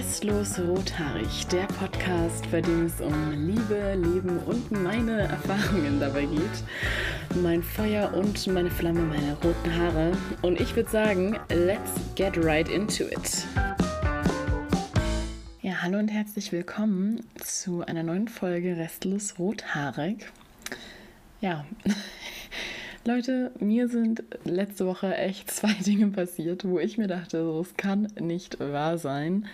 Restlos rothaarig, der Podcast, bei dem es um Liebe, Leben und meine Erfahrungen dabei geht. Mein Feuer und meine Flamme, meine roten Haare. Und ich würde sagen, let's get right into it. Ja, hallo und herzlich willkommen zu einer neuen Folge Restlos rothaarig. Ja, Leute, mir sind letzte Woche echt 2 Dinge passiert, wo ich mir dachte, so, es kann nicht wahr sein.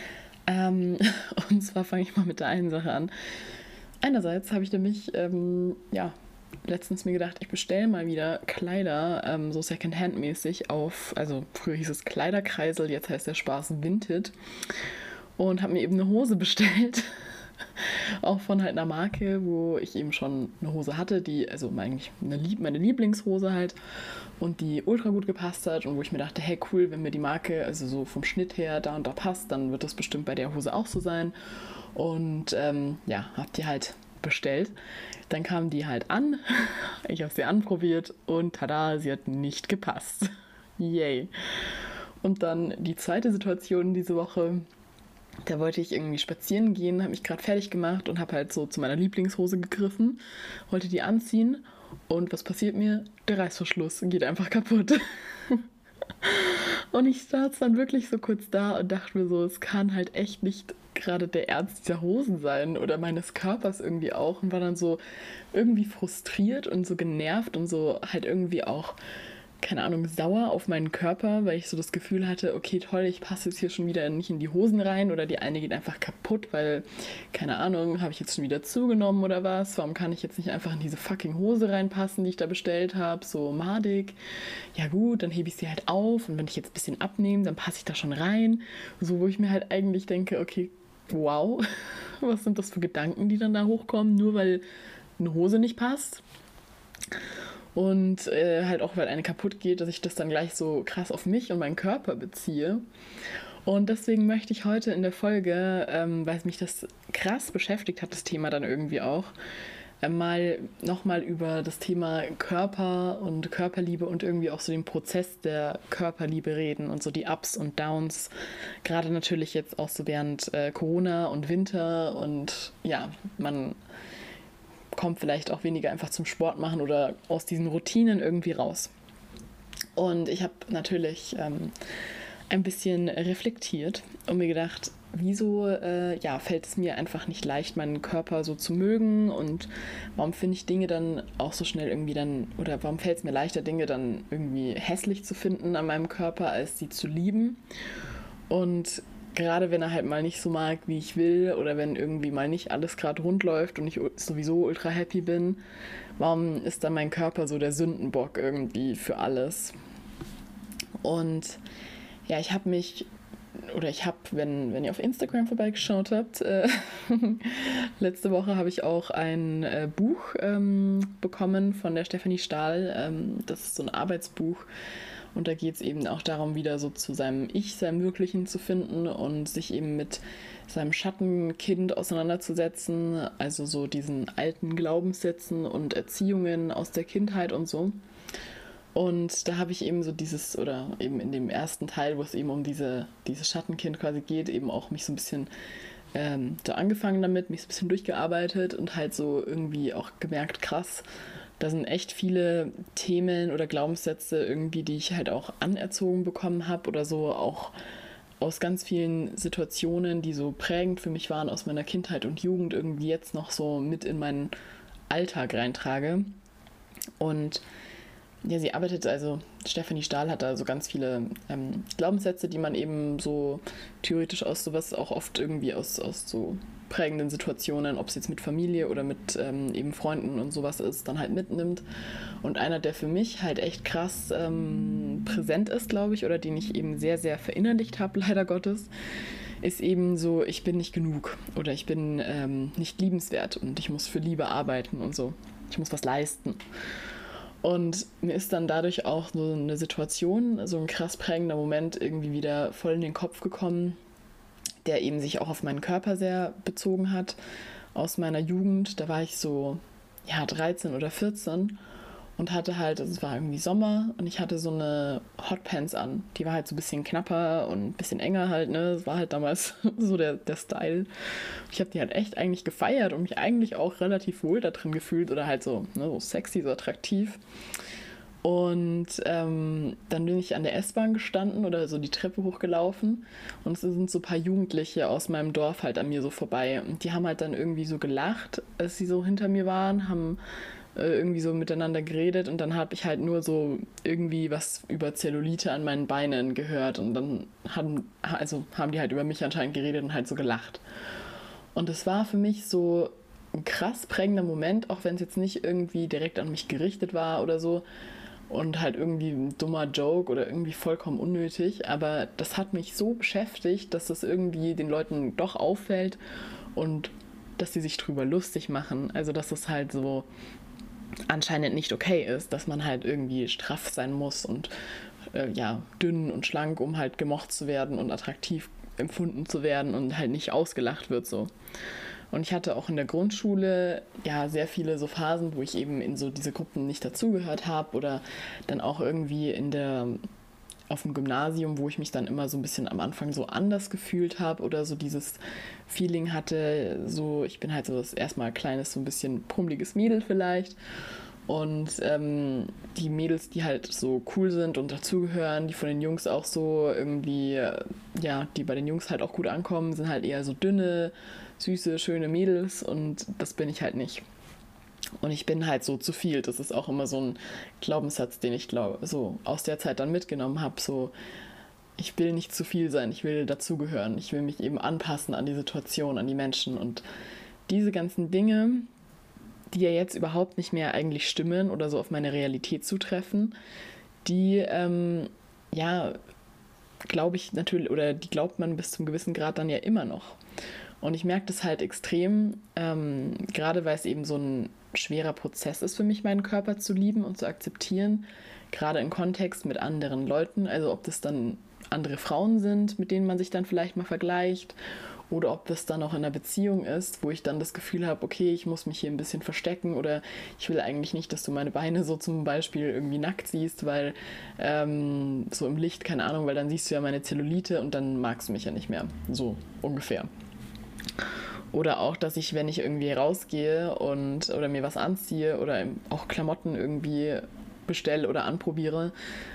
Und zwar fange ich mal mit der einen Sache an. Einerseits habe ich nämlich, letztens mir gedacht, ich bestelle mal wieder Kleider, so Secondhand-mäßig also früher hieß es Kleiderkreisel, jetzt heißt der Spaß Vinted. Und habe mir eben eine Hose bestellt. Auch von halt einer Marke, wo ich eben schon eine Hose hatte, die, also eigentlich meine Lieblingshose halt, und die ultra gut gepasst hat und wo ich mir dachte, hey cool, wenn mir die Marke, also so vom Schnitt her da und da passt, dann wird das bestimmt bei der Hose auch so sein. Und hab die halt bestellt. Dann kam die halt an, ich habe sie anprobiert und tada, sie hat nicht gepasst. Yay. Und dann die zweite Situation diese Woche. Da wollte ich irgendwie spazieren gehen, habe mich gerade fertig gemacht und habe halt so zu meiner Lieblingshose gegriffen, wollte die anziehen und was passiert mir? Der Reißverschluss geht einfach kaputt. Und ich saß dann wirklich so kurz da und dachte mir so, es kann halt echt nicht gerade der Ernst dieser Hosen sein oder meines Körpers irgendwie auch, und war dann so irgendwie frustriert und so genervt und so halt irgendwie auch, keine Ahnung, sauer auf meinen Körper, weil ich so das Gefühl hatte, okay, toll, ich passe jetzt hier schon wieder nicht in die Hosen rein oder die eine geht einfach kaputt, weil, keine Ahnung, habe ich jetzt schon wieder zugenommen oder was? Warum kann ich jetzt nicht einfach in diese fucking Hose reinpassen, die ich da bestellt habe? So madig. Ja gut, dann hebe ich sie halt auf und wenn ich jetzt ein bisschen abnehme, dann passe ich da schon rein. So, wo ich mir halt eigentlich denke, okay, wow, was sind das für Gedanken, die dann da hochkommen, nur weil eine Hose nicht passt? Und halt auch, weil eine kaputt geht, dass ich das dann gleich so krass auf mich und meinen Körper beziehe. Und deswegen möchte ich heute in der Folge, weil mich das krass beschäftigt hat, das Thema dann irgendwie auch, mal nochmal über das Thema Körper und Körperliebe und irgendwie auch so den Prozess der Körperliebe reden und so die Ups und Downs. Gerade natürlich jetzt auch so während Corona und Winter und ja, man kommt vielleicht auch weniger einfach zum Sport machen oder aus diesen Routinen irgendwie raus. Und ich habe natürlich ein bisschen reflektiert und mir gedacht, wieso fällt es mir einfach nicht leicht, meinen Körper so zu mögen, und warum finde ich Dinge dann auch so schnell irgendwie dann, oder warum fällt es mir leichter, Dinge dann irgendwie hässlich zu finden an meinem Körper, als sie zu lieben. Und gerade wenn er halt mal nicht so mag, wie ich will, oder wenn irgendwie mal nicht alles gerade rund läuft und ich sowieso ultra happy bin, warum ist dann mein Körper so der Sündenbock irgendwie für alles? Und ja, wenn ihr auf Instagram vorbeigeschaut habt, letzte Woche habe ich auch ein Buch bekommen von der Stefanie Stahl. Das ist so ein Arbeitsbuch. Und da geht es eben auch darum, wieder so zu seinem Ich, seinem Wirklichen zu finden und sich eben mit seinem Schattenkind auseinanderzusetzen, also so diesen alten Glaubenssätzen und Erziehungen aus der Kindheit und so. Und da habe ich eben so oder eben in dem ersten Teil, wo es eben um dieses Schattenkind quasi geht, eben auch mich so ein bisschen so angefangen damit, mich so ein bisschen durchgearbeitet und halt so irgendwie auch gemerkt, krass, da sind echt viele Themen oder Glaubenssätze irgendwie, die ich halt auch anerzogen bekommen habe oder so auch aus ganz vielen Situationen, die so prägend für mich waren aus meiner Kindheit und Jugend, irgendwie jetzt noch so mit in meinen Alltag reintrage. Und ja, Stefanie Stahl hat da so ganz viele Glaubenssätze, die man eben so theoretisch aus sowas auch oft irgendwie aus so prägenden Situationen, ob es jetzt mit Familie oder mit eben Freunden und sowas ist, dann halt mitnimmt. Und einer, der für mich halt echt krass präsent ist, glaube ich, oder den ich eben sehr, sehr verinnerlicht habe, leider Gottes, ist eben so, ich bin nicht genug oder ich bin nicht liebenswert und ich muss für Liebe arbeiten und so. Ich muss was leisten. Und mir ist dann dadurch auch so eine Situation, so ein krass prägender Moment irgendwie wieder voll in den Kopf gekommen, der eben sich auch auf meinen Körper sehr bezogen hat, aus meiner Jugend. Da war ich so 13 oder 14 und hatte halt, also es war irgendwie Sommer und ich hatte so eine Hotpants an. Die war halt so ein bisschen knapper und ein bisschen enger halt, ne? Das war halt damals so der Style. Ich habe die halt echt eigentlich gefeiert und mich eigentlich auch relativ wohl da drin gefühlt oder halt so, ne, so sexy, so attraktiv. Und dann bin ich an der S-Bahn gestanden oder so die Treppe hochgelaufen und es sind so ein paar Jugendliche aus meinem Dorf halt an mir so vorbei. Und die haben halt dann irgendwie so gelacht, als sie so hinter mir waren, haben irgendwie so miteinander geredet und dann habe ich halt nur so irgendwie was über Zellulite an meinen Beinen gehört und dann haben die halt über mich anscheinend geredet und halt so gelacht. Und es war für mich so ein krass prägender Moment, auch wenn es jetzt nicht irgendwie direkt an mich gerichtet war oder so und halt irgendwie ein dummer Joke oder irgendwie vollkommen unnötig, aber das hat mich so beschäftigt, dass das irgendwie den Leuten doch auffällt und dass sie sich drüber lustig machen. Also dass es halt so anscheinend nicht okay ist, dass man halt irgendwie straff sein muss und ja, dünn und schlank, um halt gemocht zu werden und attraktiv empfunden zu werden und halt nicht ausgelacht wird so. Und ich hatte auch in der Grundschule ja sehr viele so Phasen, wo ich eben in so diese Gruppen nicht dazugehört habe oder dann auch irgendwie auf dem Gymnasium, wo ich mich dann immer so ein bisschen am Anfang so anders gefühlt habe oder so dieses Feeling hatte, so ich bin halt so das erstmal kleines, so ein bisschen pummeliges Mädel vielleicht. Und die Mädels, die halt so cool sind und dazugehören, die von den Jungs auch so irgendwie, ja, die bei den Jungs halt auch gut ankommen, sind halt eher so dünne, süße, schöne Mädels und das bin ich halt nicht. Und ich bin halt so zu viel. Das ist auch immer so ein Glaubenssatz, den ich glaube, so aus der Zeit dann mitgenommen habe. So, ich will nicht zu viel sein, ich will dazugehören, ich will mich eben anpassen an die Situation, an die Menschen und diese ganzen Dinge, die ja jetzt überhaupt nicht mehr eigentlich stimmen oder so auf meine Realität zutreffen, die, ja, glaube ich natürlich, oder die glaubt man bis zum gewissen Grad dann ja immer noch. Und ich merke das halt extrem, gerade weil es eben so ein schwerer Prozess ist für mich, meinen Körper zu lieben und zu akzeptieren, gerade im Kontext mit anderen Leuten, also ob das dann andere Frauen sind, mit denen man sich dann vielleicht mal vergleicht oder ob das dann auch in einer Beziehung ist, wo ich dann das Gefühl habe, okay, ich muss mich hier ein bisschen verstecken oder ich will eigentlich nicht, dass du meine Beine so zum Beispiel irgendwie nackt siehst, weil so im Licht, keine Ahnung, weil dann siehst du ja meine Zellulite und dann magst du mich ja nicht mehr, so ungefähr. Oder auch, dass ich, wenn ich irgendwie rausgehe und oder mir was anziehe oder auch Klamotten irgendwie bestelle oder anprobiere,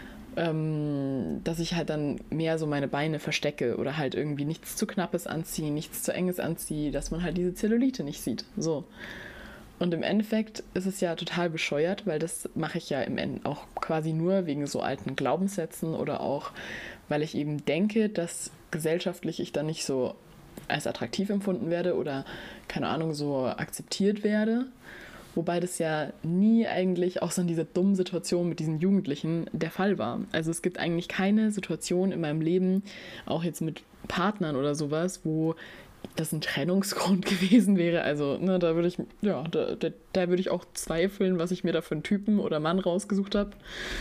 dass ich halt dann mehr so meine Beine verstecke oder halt irgendwie nichts zu Knappes anziehe, nichts zu Enges anziehe, dass man halt diese Zellulite nicht sieht. So. Und im Endeffekt ist es ja total bescheuert, weil das mache ich ja im Endeffekt auch quasi nur wegen so alten Glaubenssätzen oder auch, weil ich eben denke, dass gesellschaftlich ich dann nicht so als attraktiv empfunden werde oder, keine Ahnung, so akzeptiert werde. Wobei das ja nie eigentlich, auch so in dieser dummen Situation mit diesen Jugendlichen, der Fall war. Also es gibt eigentlich keine Situation in meinem Leben, auch jetzt mit Partnern oder sowas, wo das ein Trennungsgrund gewesen wäre. Also ne, da würde ich, ja, da würde ich auch zweifeln, was ich mir da für einen Typen oder Mann rausgesucht habe.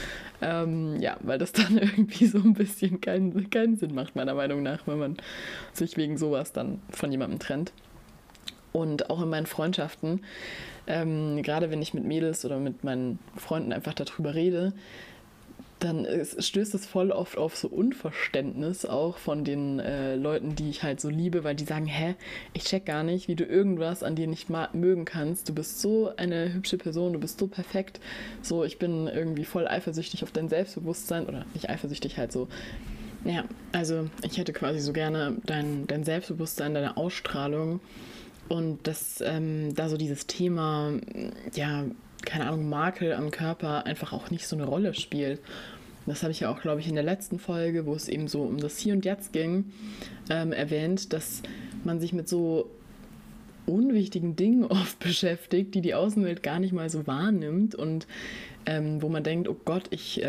Ja, weil das dann irgendwie so ein bisschen keinen Sinn macht, meiner Meinung nach, wenn man sich wegen sowas dann von jemandem trennt. Und auch in meinen Freundschaften, gerade wenn ich mit Mädels oder mit meinen Freunden einfach darüber rede, dann stößt es voll oft auf so Unverständnis auch von den Leuten, die ich halt so liebe, weil die sagen, hä, ich check gar nicht, wie du irgendwas an dir nicht mögen kannst. Du bist so eine hübsche Person, du bist so perfekt. So, ich bin irgendwie voll eifersüchtig auf dein Selbstbewusstsein oder nicht eifersüchtig, halt so. Ja, also ich hätte quasi so gerne dein Selbstbewusstsein, deine Ausstrahlung und dass da so dieses Thema, ja, keine Ahnung, Makel am Körper einfach auch nicht so eine Rolle spielt. Das habe ich ja auch, glaube ich, in der letzten Folge, wo es eben so um das Hier und Jetzt ging, erwähnt, dass man sich mit so unwichtigen Dingen oft beschäftigt, die die Außenwelt gar nicht mal so wahrnimmt und wo man denkt, oh Gott,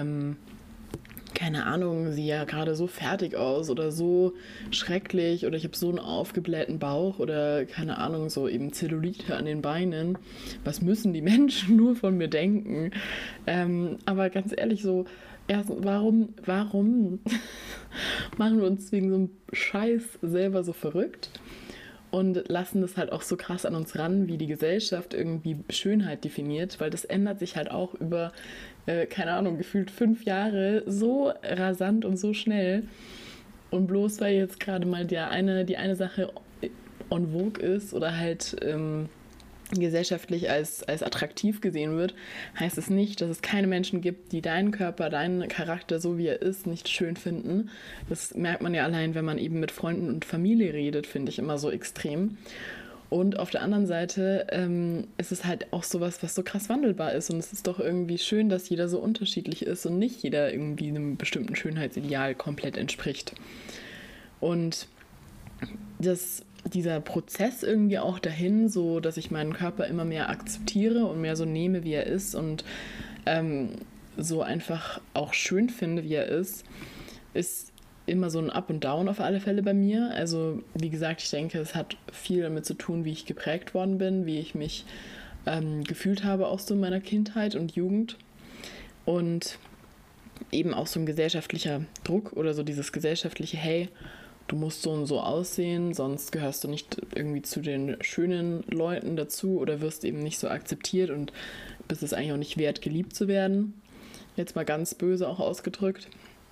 keine Ahnung, sehe ja gerade so fertig aus oder so schrecklich oder ich habe so einen aufgeblähten Bauch oder keine Ahnung, so eben Zellulite an den Beinen. Was müssen die Menschen nur von mir denken? Aber ganz ehrlich, so, erstens, warum machen wir uns wegen so einem Scheiß selber so verrückt? und lassen das halt auch so krass an uns ran, wie die Gesellschaft irgendwie Schönheit definiert, weil das ändert sich halt auch über, keine Ahnung, gefühlt 5 Jahre so rasant und so schnell. Und bloß weil jetzt gerade mal die eine Sache en vogue ist oder halt gesellschaftlich als attraktiv gesehen wird, heißt es nicht, dass es keine Menschen gibt, die deinen Körper, deinen Charakter, so wie er ist, nicht schön finden. Das merkt man ja allein, wenn man eben mit Freunden und Familie redet, finde ich immer so extrem. Und auf der anderen Seite ist es halt auch sowas, was so krass wandelbar ist. Und es ist doch irgendwie schön, dass jeder so unterschiedlich ist und nicht jeder irgendwie einem bestimmten Schönheitsideal komplett entspricht. Und dieser Prozess irgendwie auch dahin, so dass ich meinen Körper immer mehr akzeptiere und mehr so nehme, wie er ist und so einfach auch schön finde, wie er ist immer so ein Up und Down auf alle Fälle bei mir. Also wie gesagt, ich denke, es hat viel damit zu tun, wie ich geprägt worden bin, wie ich mich gefühlt habe auch so in meiner Kindheit und Jugend und eben auch so ein gesellschaftlicher Druck oder so dieses gesellschaftliche, hey, du musst so und so aussehen, sonst gehörst du nicht irgendwie zu den schönen Leuten dazu oder wirst eben nicht so akzeptiert und bist es eigentlich auch nicht wert, geliebt zu werden. Jetzt mal ganz böse auch ausgedrückt.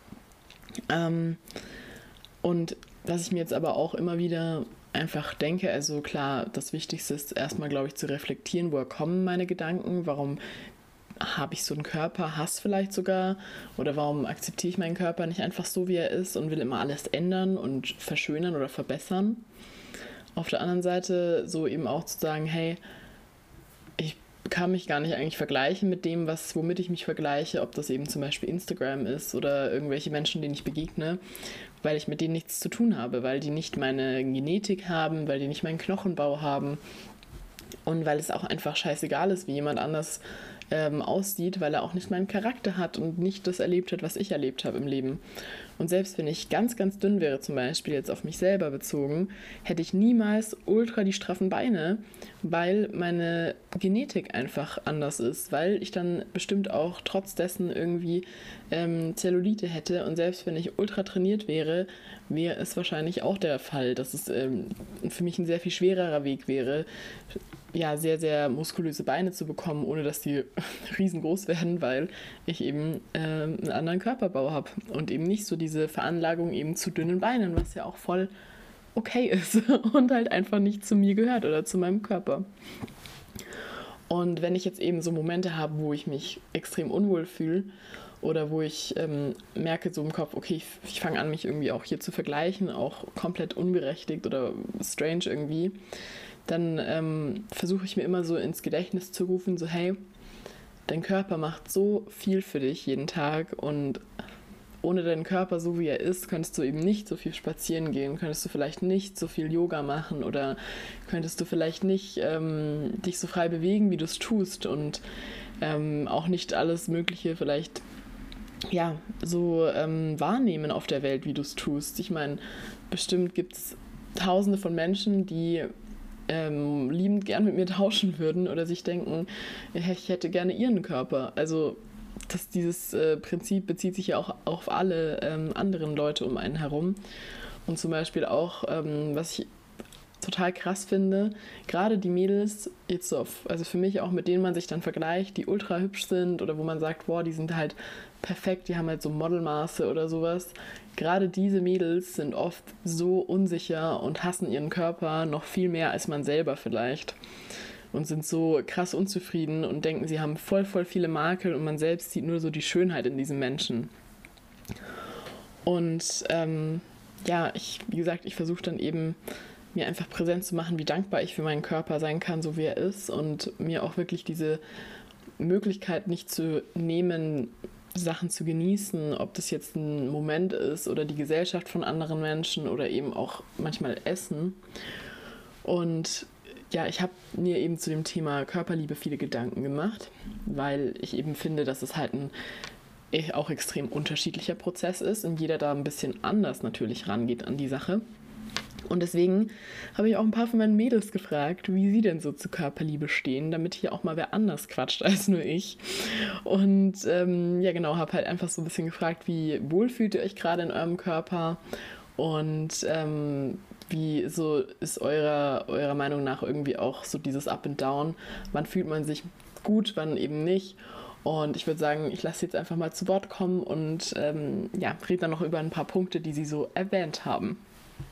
Und was ich mir jetzt aber auch immer wieder einfach denke, also klar, das Wichtigste ist erstmal, glaube ich, zu reflektieren, woher kommen meine Gedanken, warum habe ich so einen Körper, Hass vielleicht sogar, oder warum akzeptiere ich meinen Körper nicht einfach so, wie er ist und will immer alles ändern und verschönern oder verbessern. Auf der anderen Seite so eben auch zu sagen, hey, ich kann mich gar nicht eigentlich vergleichen mit dem, womit ich mich vergleiche, ob das eben zum Beispiel Instagram ist oder irgendwelche Menschen, denen ich begegne, weil ich mit denen nichts zu tun habe, weil die nicht meine Genetik haben, weil die nicht meinen Knochenbau haben und weil es auch einfach scheißegal ist, wie jemand anders aussieht, weil er auch nicht meinen Charakter hat und nicht das erlebt hat, was ich erlebt habe im Leben. Und selbst wenn ich ganz, ganz dünn wäre, zum Beispiel jetzt auf mich selber bezogen, hätte ich niemals ultra die straffen Beine, weil meine Genetik einfach anders ist, weil ich dann bestimmt auch trotz dessen irgendwie Zellulite hätte und selbst wenn ich ultra trainiert wäre, wäre es wahrscheinlich auch der Fall, dass es für mich ein sehr viel schwererer Weg wäre, ja, sehr, sehr muskulöse Beine zu bekommen, ohne dass die riesengroß werden, weil ich eben einen anderen Körperbau habe und eben nicht so diese Veranlagung eben zu dünnen Beinen, was ja auch voll okay ist und halt einfach nicht zu mir gehört oder zu meinem Körper. Und wenn ich jetzt eben so Momente habe, wo ich mich extrem unwohl fühle oder wo ich merke so im Kopf, okay, ich fange an, mich irgendwie auch hier zu vergleichen, auch komplett unberechtigt oder strange irgendwie, dann versuche ich mir immer so ins Gedächtnis zu rufen, so hey, dein Körper macht so viel für dich jeden Tag und ohne deinen Körper, so wie er ist, könntest du eben nicht so viel spazieren gehen, könntest du vielleicht nicht so viel Yoga machen oder könntest du vielleicht nicht dich so frei bewegen, wie du es tust und auch nicht alles Mögliche vielleicht ja, so wahrnehmen auf der Welt, wie du es tust. Ich meine, bestimmt gibt es tausende von Menschen, die liebend gern mit mir tauschen würden oder sich denken, ich hätte gerne ihren Körper. Also dieses Prinzip bezieht sich ja auch auf alle anderen Leute um einen herum. Und zum Beispiel auch, was ich total krass finde, gerade die Mädels, jetzt so also für mich auch mit denen man sich dann vergleicht, die ultra hübsch sind oder wo man sagt, boah, die sind halt perfekt, die haben halt so Modelmaße oder sowas. Gerade diese Mädels sind oft so unsicher und hassen ihren Körper noch viel mehr als man selber vielleicht. Und sind so krass unzufrieden und denken, sie haben voll viele Makel und man selbst sieht nur so die Schönheit in diesem Menschen. Und ja, wie gesagt, ich versuche dann eben mir einfach präsent zu machen, wie dankbar ich für meinen Körper sein kann, so wie er ist und mir auch wirklich diese Möglichkeit nicht zu nehmen, Sachen zu genießen, ob das jetzt ein Moment ist oder die Gesellschaft von anderen Menschen oder eben auch manchmal Essen. Und ja, ich habe mir eben zu dem Thema Körperliebe viele Gedanken gemacht, weil ich eben finde, dass es halt ein auch extrem unterschiedlicher Prozess ist und jeder da ein bisschen anders natürlich rangeht an die Sache. Und deswegen habe ich auch ein paar von meinen Mädels gefragt, wie sie denn so zu Körperliebe stehen, damit hier auch mal wer anders quatscht als nur ich. Und ja genau, habe halt einfach so ein bisschen gefragt, wie wohl fühlt ihr euch gerade in eurem Körper und wie so ist eurer Meinung nach irgendwie auch so dieses Up and Down? Wann fühlt man sich gut, wann eben nicht? Und ich würde sagen, ich lasse jetzt einfach mal zu Wort kommen und ja, rede dann noch über ein paar Punkte, die sie so erwähnt haben.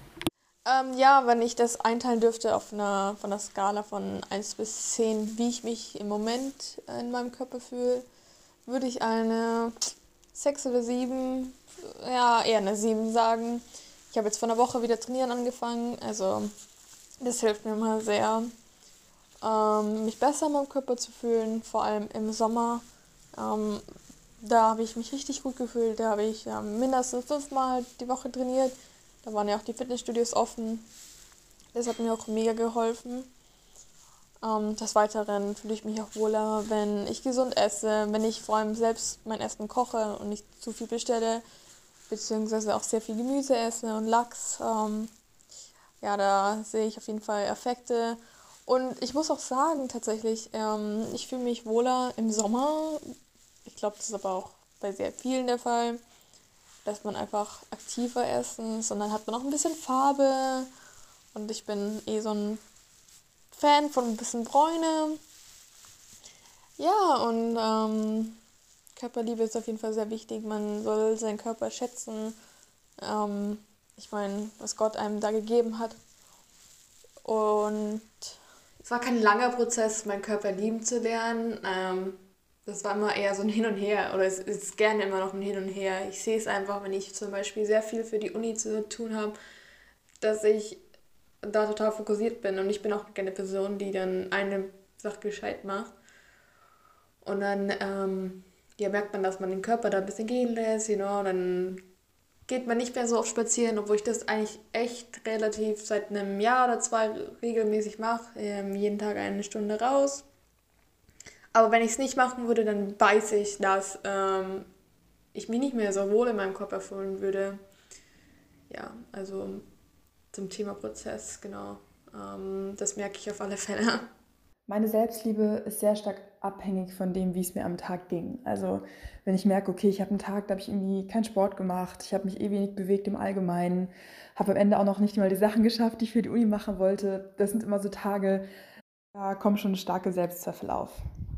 Ja, wenn ich das einteilen dürfte von der Skala von 1 bis 10, wie ich mich im Moment in meinem Körper fühle, würde ich eine 6 oder 7, ja, eher eine 7 sagen. Ich habe jetzt vor einer Woche wieder trainieren angefangen, also das hilft mir immer sehr, mich besser in meinem Körper zu fühlen, vor allem im Sommer. Ähm, Da habe ich mich richtig gut gefühlt, da habe ich mindestens 5-mal die Woche trainiert. Da waren ja auch die Fitnessstudios offen. Das hat mir auch mega geholfen. Des Weiteren fühle ich mich auch wohler, wenn ich gesund esse, wenn ich vor allem selbst mein Essen koche und nicht zu viel bestelle, beziehungsweise auch sehr viel Gemüse esse und Lachs. Ja, da sehe ich auf jeden Fall Effekte. Und ich muss auch sagen, tatsächlich, ich fühle mich wohler im Sommer. Ich glaube, das ist aber auch bei sehr vielen der Fall, dass man einfach aktiver essen ist und dann hat man auch ein bisschen Farbe. Und ich bin eh so ein Fan von ein bisschen Bräune. Ja, und Körperliebe ist auf jeden Fall sehr wichtig. Man soll seinen Körper schätzen. Ich meine, was Gott einem da gegeben hat. Und es war kein langer Prozess, meinen Körper lieben zu lernen. Das war immer eher so ein Hin und Her. Oder es ist gerne immer noch ein Hin und Her. Ich sehe es einfach, wenn ich zum Beispiel sehr viel für die Uni zu tun habe, dass ich da total fokussiert bin. Und ich bin auch gerne eine Person, die dann eine Sache gescheit macht. Und dann ja, merkt man, dass man den Körper da ein bisschen gehen lässt, dann geht man nicht mehr so oft spazieren, obwohl ich das eigentlich echt relativ seit einem Jahr oder 2 regelmäßig mache. Jeden Tag eine Stunde raus. Aber wenn ich es nicht machen würde, dann weiß ich, dass ich mich nicht mehr so wohl in meinem Körper fühlen würde. Ja, also zum Thema Prozess, genau. Das merke ich auf alle Fälle. Meine Selbstliebe ist sehr stark abhängig von dem, wie es mir am Tag ging. Also wenn ich merke, okay, ich habe einen Tag, da habe ich irgendwie keinen Sport gemacht, ich habe mich eh wenig bewegt im Allgemeinen, habe am Ende auch noch nicht mal die Sachen geschafft, die ich für die Uni machen wollte. Das sind immer so Tage, da kommt schon eine starke Selbstzweifel auf.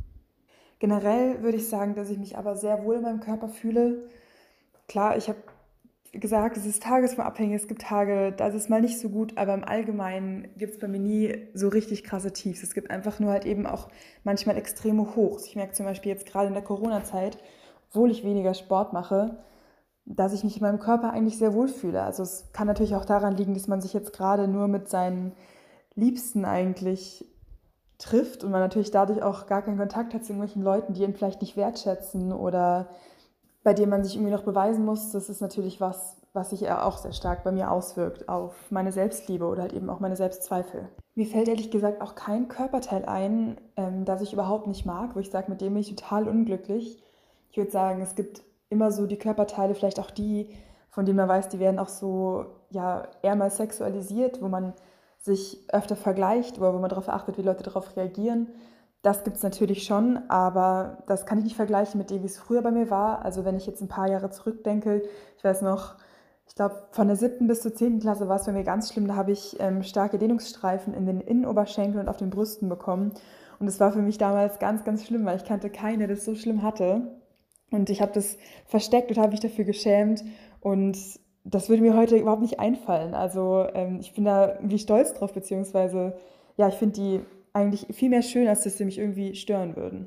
Generell würde ich sagen, dass ich mich aber sehr wohl in meinem Körper fühle. Klar, ich habe gesagt, es ist tagesformabhängig, es gibt Tage, da ist es mal nicht so gut, aber im Allgemeinen gibt es bei mir nie so richtig krasse Tiefs. Es gibt einfach nur halt eben auch manchmal extreme Hochs. Ich merke zum Beispiel jetzt gerade in der Corona-Zeit, obwohl ich weniger Sport mache, dass ich mich in meinem Körper eigentlich sehr wohl fühle. Also es kann natürlich auch daran liegen, dass man sich jetzt gerade nur mit seinen Liebsten eigentlich trifft und man natürlich dadurch auch gar keinen Kontakt hat zu irgendwelchen Leuten, die ihn vielleicht nicht wertschätzen oder bei dem man sich irgendwie noch beweisen muss. Das ist natürlich was sich ja auch sehr stark bei mir auswirkt auf meine Selbstliebe oder halt eben auch meine Selbstzweifel. Mir fällt ehrlich gesagt auch kein Körperteil ein, das ich überhaupt nicht mag, wo ich sage, mit dem bin ich total unglücklich. Ich würde sagen, es gibt immer so die Körperteile, vielleicht auch die, von denen man weiß, die werden auch so ja, eher mal sexualisiert, wo man sich öfter vergleicht oder wo man darauf achtet, wie Leute darauf reagieren. Das gibt es natürlich schon, aber das kann ich nicht vergleichen mit dem, wie es früher bei mir war. Also wenn ich jetzt ein paar Jahre zurückdenke, ich weiß noch, ich glaube von der 7. bis zur 10. Klasse war es bei mir ganz schlimm. Da habe ich starke Dehnungsstreifen in den Innenoberschenkeln und auf den Brüsten bekommen. Und das war für mich damals ganz, ganz schlimm, weil ich kannte keine, der das so schlimm hatte. Und ich habe das versteckt und habe mich dafür geschämt. Und das würde mir heute überhaupt nicht einfallen. Also ich bin da irgendwie stolz drauf, beziehungsweise ja, ich finde die eigentlich viel mehr schön, als dass sie mich irgendwie stören würden.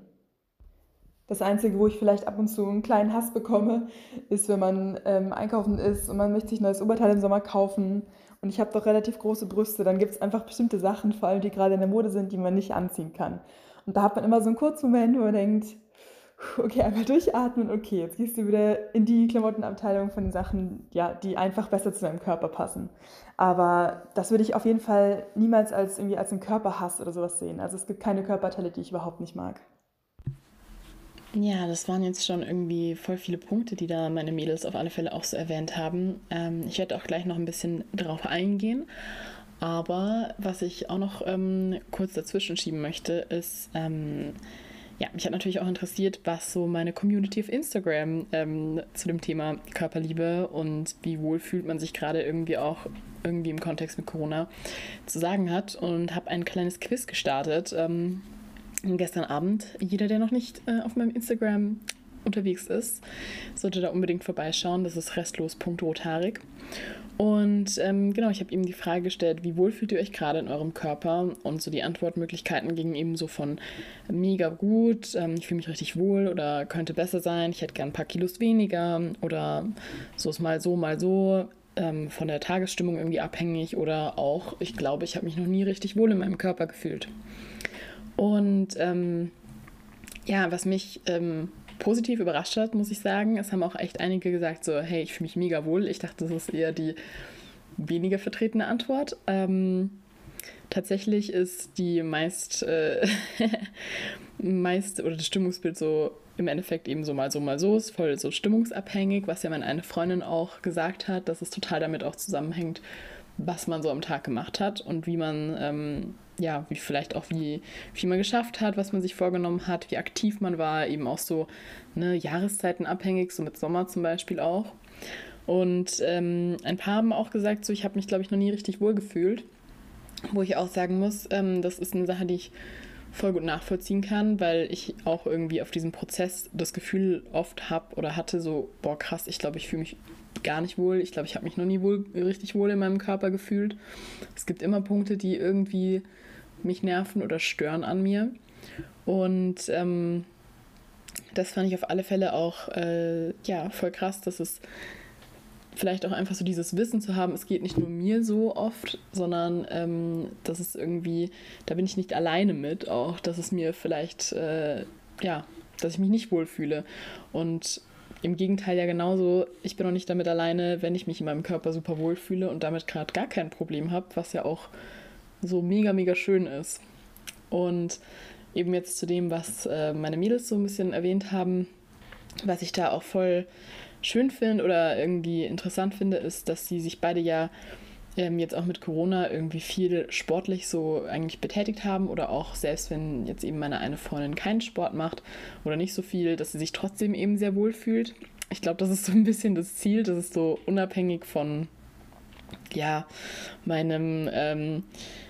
Das Einzige, wo ich vielleicht ab und zu einen kleinen Hass bekomme, ist, wenn man einkaufen ist und man möchte sich ein neues Oberteil im Sommer kaufen und ich habe doch relativ große Brüste, dann gibt es einfach bestimmte Sachen, vor allem die gerade in der Mode sind, die man nicht anziehen kann. Und da hat man immer so einen kurzen Moment, wo man denkt, okay, einmal durchatmen, okay, jetzt gehst du wieder in die Klamottenabteilung von den Sachen, ja, die einfach besser zu deinem Körper passen. Aber das würde ich auf jeden Fall niemals als irgendwie als einen Körperhass oder sowas sehen. Also es gibt keine Körperteile, die ich überhaupt nicht mag. Ja, das waren jetzt schon irgendwie voll viele Punkte, die da meine Mädels auf alle Fälle auch so erwähnt haben. Ich werde auch gleich noch ein bisschen drauf eingehen. Aber was ich auch noch kurz dazwischen schieben möchte, ist, ja, mich hat natürlich auch interessiert, was so meine Community auf Instagram zu dem Thema Körperliebe und wie wohl fühlt man sich gerade irgendwie im Kontext mit Corona zu sagen hat, und habe ein kleines Quiz gestartet gestern Abend. Jeder, der noch nicht auf meinem Instagram unterwegs ist, sollte da unbedingt vorbeischauen. Das ist restlos.rothaarig. Und genau, ich habe ihm die Frage gestellt, wie wohl fühlt ihr euch gerade in eurem Körper? Und so die Antwortmöglichkeiten gingen eben so von mega gut, ich fühle mich richtig wohl oder könnte besser sein, ich hätte gern ein paar Kilos weniger oder so ist mal so, von der Tagesstimmung irgendwie abhängig oder auch, ich glaube, ich habe mich noch nie richtig wohl in meinem Körper gefühlt. Und ja, was mich positiv überrascht hat, muss ich sagen, es haben auch echt einige gesagt so, hey, ich fühle mich mega wohl. Ich dachte, das ist eher die weniger vertretene Antwort. Tatsächlich ist die meist oder das Stimmungsbild so im Endeffekt eben so, ist voll so stimmungsabhängig, was ja meine eine Freundin auch gesagt hat, dass es total damit auch zusammenhängt, was man so am Tag gemacht hat und wie man, wie vielleicht auch wie viel man geschafft hat, was man sich vorgenommen hat, wie aktiv man war, eben auch so Jahreszeiten abhängig, so mit Sommer zum Beispiel auch. Und ein paar haben auch gesagt, so ich habe mich, glaube ich, noch nie richtig wohl gefühlt, wo ich auch sagen muss, das ist eine Sache, die ich voll gut nachvollziehen kann, weil ich auch irgendwie auf diesem Prozess das Gefühl oft habe oder hatte so, boah krass, ich glaube, ich fühle mich gar nicht wohl. Ich glaube, ich habe mich noch nie richtig wohl in meinem Körper gefühlt. Es gibt immer Punkte, die irgendwie mich nerven oder stören an mir. Und das fand ich auf alle Fälle auch voll krass, dass es vielleicht auch einfach so dieses Wissen zu haben, es geht nicht nur mir so oft, sondern dass es irgendwie, da bin ich nicht alleine mit, auch dass es mir vielleicht, dass ich mich nicht wohlfühle. Und im Gegenteil ja genauso, ich bin auch nicht damit alleine, wenn ich mich in meinem Körper super wohlfühle und damit gerade gar kein Problem habe, was ja auch so mega, mega schön ist. Und eben jetzt zu dem, was meine Mädels so ein bisschen erwähnt haben, was ich da auch voll schön finde oder irgendwie interessant finde, ist, dass sie sich beide ja jetzt auch mit Corona irgendwie viel sportlich so eigentlich betätigt haben oder auch selbst wenn jetzt eben meine eine Freundin keinen Sport macht oder nicht so viel, dass sie sich trotzdem eben sehr wohl fühlt. Ich glaube, das ist so ein bisschen das Ziel, das ist so unabhängig von meinem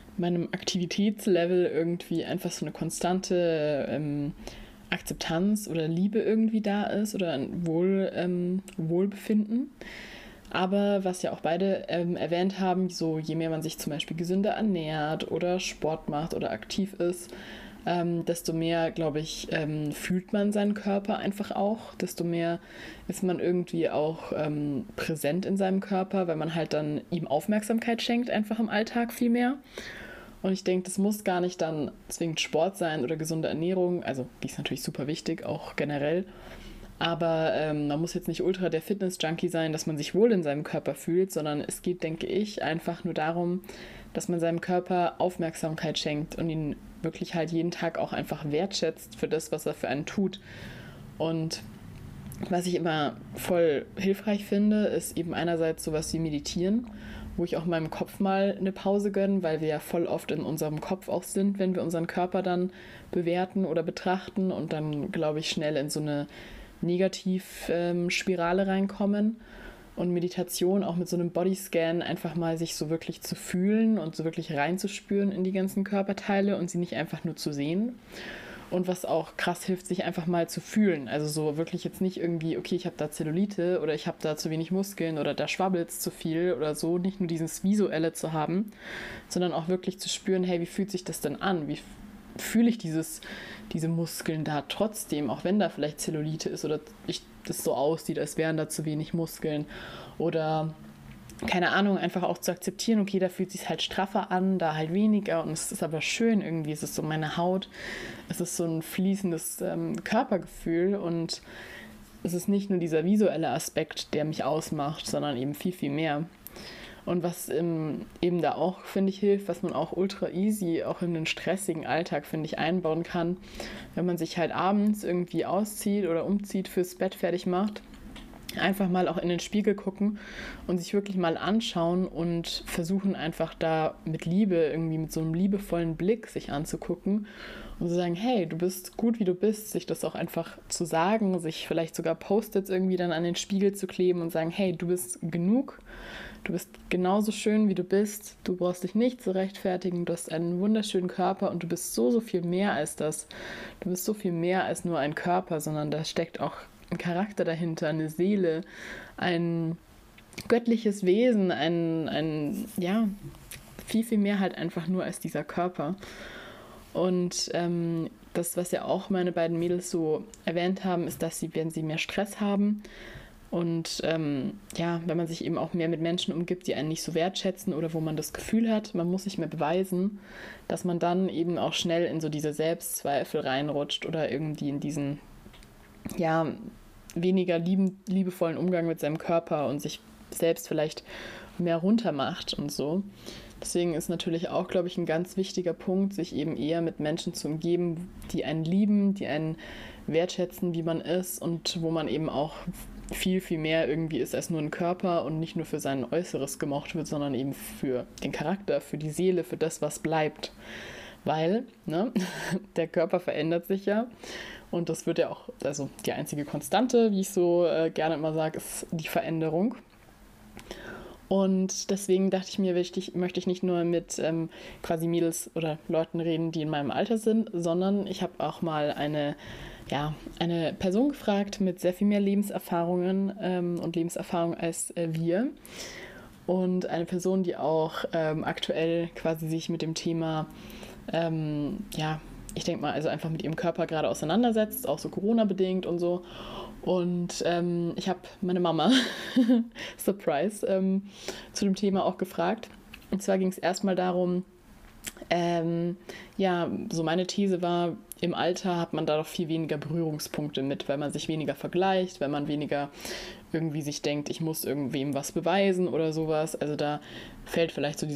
Aktivitätslevel irgendwie einfach so eine konstante Akzeptanz oder Liebe irgendwie da ist oder ein Wohlbefinden. Aber was ja auch beide erwähnt haben, so je mehr man sich zum Beispiel gesünder ernährt oder Sport macht oder aktiv ist, desto mehr, glaube ich, fühlt man seinen Körper einfach auch. Desto mehr ist man irgendwie auch präsent in seinem Körper, weil man halt dann ihm Aufmerksamkeit schenkt, einfach im Alltag viel mehr. Und ich denke, das muss gar nicht dann zwingend Sport sein oder gesunde Ernährung. Also die ist natürlich super wichtig, auch generell. Aber man muss jetzt nicht ultra der Fitness-Junkie sein, dass man sich wohl in seinem Körper fühlt, sondern es geht, denke ich, einfach nur darum, dass man seinem Körper Aufmerksamkeit schenkt und ihn wirklich halt jeden Tag auch einfach wertschätzt für das, was er für einen tut. Und was ich immer voll hilfreich finde, ist eben einerseits sowas wie Meditieren, wo ich auch meinem Kopf mal eine Pause gönne, weil wir ja voll oft in unserem Kopf auch sind, wenn wir unseren Körper dann bewerten oder betrachten und dann, glaube ich, schnell in so eine Negativspirale reinkommen. Und Meditation auch mit so einem Bodyscan einfach mal sich so wirklich zu fühlen und so wirklich reinzuspüren in die ganzen Körperteile und sie nicht einfach nur zu sehen. Und was auch krass hilft, sich einfach mal zu fühlen. Also so wirklich jetzt nicht irgendwie, okay, ich habe da Zellulite oder ich habe da zu wenig Muskeln oder da schwabbelt es zu viel oder so. Nicht nur dieses Visuelle zu haben, sondern auch wirklich zu spüren, hey, wie fühlt sich das denn an? Wie fühle ich diese Muskeln da trotzdem, auch wenn da vielleicht Zellulite ist oder das so aussieht, als wären da zu wenig Muskeln. Oder keine Ahnung, einfach auch zu akzeptieren, okay, da fühlt es sich halt straffer an, da halt weniger und es ist aber schön irgendwie, es ist so meine Haut, es ist so ein fließendes Körpergefühl und es ist nicht nur dieser visuelle Aspekt, der mich ausmacht, sondern eben viel, viel mehr. Und was eben da auch, finde ich, hilft, was man auch ultra easy, auch in den stressigen Alltag, finde ich, einbauen kann, wenn man sich halt abends irgendwie auszieht oder umzieht, fürs Bett fertig macht, einfach mal auch in den Spiegel gucken und sich wirklich mal anschauen und versuchen einfach da mit Liebe, irgendwie mit so einem liebevollen Blick sich anzugucken Und zu sagen, hey, du bist gut, wie du bist, sich das auch einfach zu sagen, sich vielleicht sogar Post-its irgendwie dann an den Spiegel zu kleben und sagen, hey, du bist genug, du bist genauso schön, wie du bist, du brauchst dich nicht zu rechtfertigen, du hast einen wunderschönen Körper und du bist so, so viel mehr als das. Du bist so viel mehr als nur ein Körper, sondern da steckt auch ein Charakter dahinter, eine Seele, ein göttliches Wesen, ja, viel, viel mehr halt einfach nur als dieser Körper. Und das, was ja auch meine beiden Mädels so erwähnt haben, ist, dass sie, wenn sie mehr Stress haben und ja, wenn man sich eben auch mehr mit Menschen umgibt, die einen nicht so wertschätzen oder wo man das Gefühl hat, man muss sich mehr beweisen, dass man dann eben auch schnell in so diese Selbstzweifel reinrutscht oder irgendwie in diesen, ja, weniger liebevollen Umgang mit seinem Körper und sich selbst vielleicht mehr runtermacht und so. Deswegen ist natürlich auch, glaube ich, ein ganz wichtiger Punkt, sich eben eher mit Menschen zu umgeben, die einen lieben, die einen wertschätzen, wie man ist und wo man eben auch viel, viel mehr irgendwie ist als nur ein Körper und nicht nur für sein Äußeres gemocht wird, sondern eben für den Charakter, für die Seele, für das, was bleibt. Weil, ne, der Körper verändert sich ja und das wird ja auch, also die einzige Konstante, wie ich so gerne immer sage, ist die Veränderung. Und deswegen dachte ich mir, möchte ich nicht nur mit quasi Mädels oder Leuten reden, die in meinem Alter sind, sondern ich habe auch mal eine Person gefragt mit sehr viel mehr Lebenserfahrungen und Lebenserfahrung als wir. Und eine Person, die auch aktuell quasi sich mit dem Thema, ja, ich denke mal, also einfach mit ihrem Körper gerade auseinandersetzt, auch so Corona-bedingt und so. Und ich habe meine Mama, Surprise, zu dem Thema auch gefragt. Und zwar ging es erstmal darum, ja, so meine These war, im Alter hat man da doch viel weniger Berührungspunkte mit, weil man sich weniger vergleicht, weil man weniger irgendwie sich denkt, ich muss irgendwem was beweisen oder sowas. Also da fällt vielleicht so